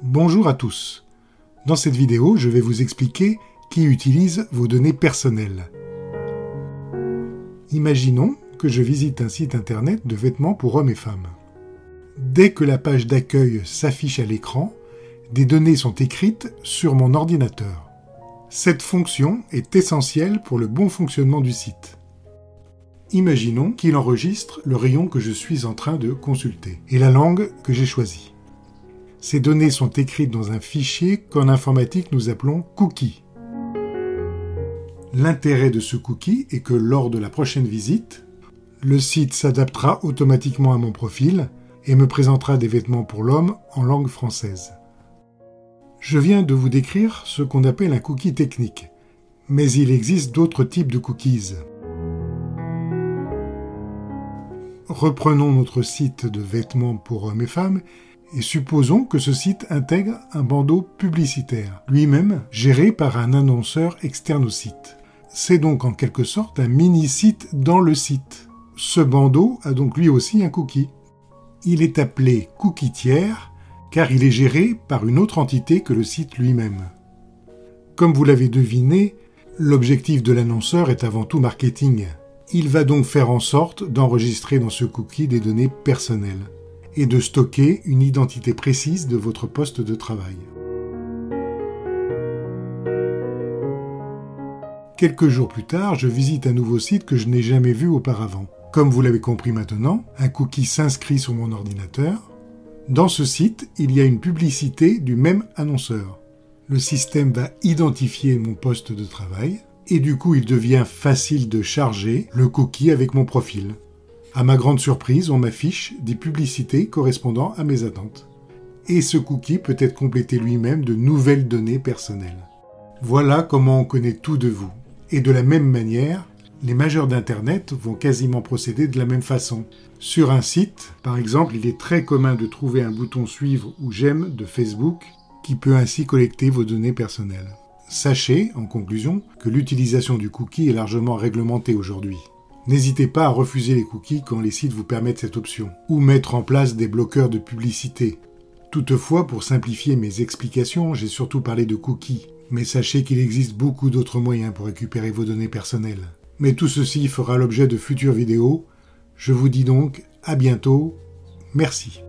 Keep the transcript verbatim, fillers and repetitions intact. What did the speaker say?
Bonjour à tous. Dans cette vidéo, je vais vous expliquer qui utilise vos données personnelles. Imaginons que je visite un site internet de vêtements pour hommes et femmes. Dès que la page d'accueil s'affiche à l'écran, des données sont écrites sur mon ordinateur. Cette fonction est essentielle pour le bon fonctionnement du site. Imaginons qu'il enregistre le rayon que je suis en train de consulter et la langue que j'ai choisie. Ces données sont écrites dans un fichier qu'en informatique nous appelons cookie. L'intérêt de ce cookie est que lors de la prochaine visite, le site s'adaptera automatiquement à mon profil et me présentera des vêtements pour l'homme en langue française. Je viens de vous décrire ce qu'on appelle un cookie technique, mais il existe d'autres types de cookies. Reprenons notre site de vêtements pour hommes et femmes et supposons que ce site intègre un bandeau publicitaire, lui-même géré par un annonceur externe au site. C'est donc en quelque sorte un mini-site dans le site. Ce bandeau a donc lui aussi un cookie. Il est appelé cookie tiers car il est géré par une autre entité que le site lui-même. Comme vous l'avez deviné, l'objectif de l'annonceur est avant tout marketing. Il va donc faire en sorte d'enregistrer dans ce cookie des données personnelles et de stocker une identité précise de votre poste de travail. Quelques jours plus tard, je visite un nouveau site que je n'ai jamais vu auparavant. Comme vous l'avez compris maintenant, un cookie s'inscrit sur mon ordinateur. Dans ce site, il y a une publicité du même annonceur. Le système va identifier mon poste de travail et du coup, il devient facile de charger le cookie avec mon profil. À ma grande surprise, on m'affiche des publicités correspondant à mes attentes. Et ce cookie peut être complété lui-même de nouvelles données personnelles. Voilà comment on connaît tout de vous. Et de la même manière, les majeurs d'Internet vont quasiment procéder de la même façon. Sur un site, par exemple, il est très commun de trouver un bouton suivre ou j'aime de Facebook qui peut ainsi collecter vos données personnelles. Sachez, en conclusion, que l'utilisation du cookie est largement réglementée aujourd'hui. N'hésitez pas à refuser les cookies quand les sites vous permettent cette option, ou mettre en place des bloqueurs de publicité. Toutefois, pour simplifier mes explications, j'ai surtout parlé de cookies, mais sachez qu'il existe beaucoup d'autres moyens pour récupérer vos données personnelles. Mais tout ceci fera l'objet de futures vidéos. Je vous dis donc à bientôt. Merci.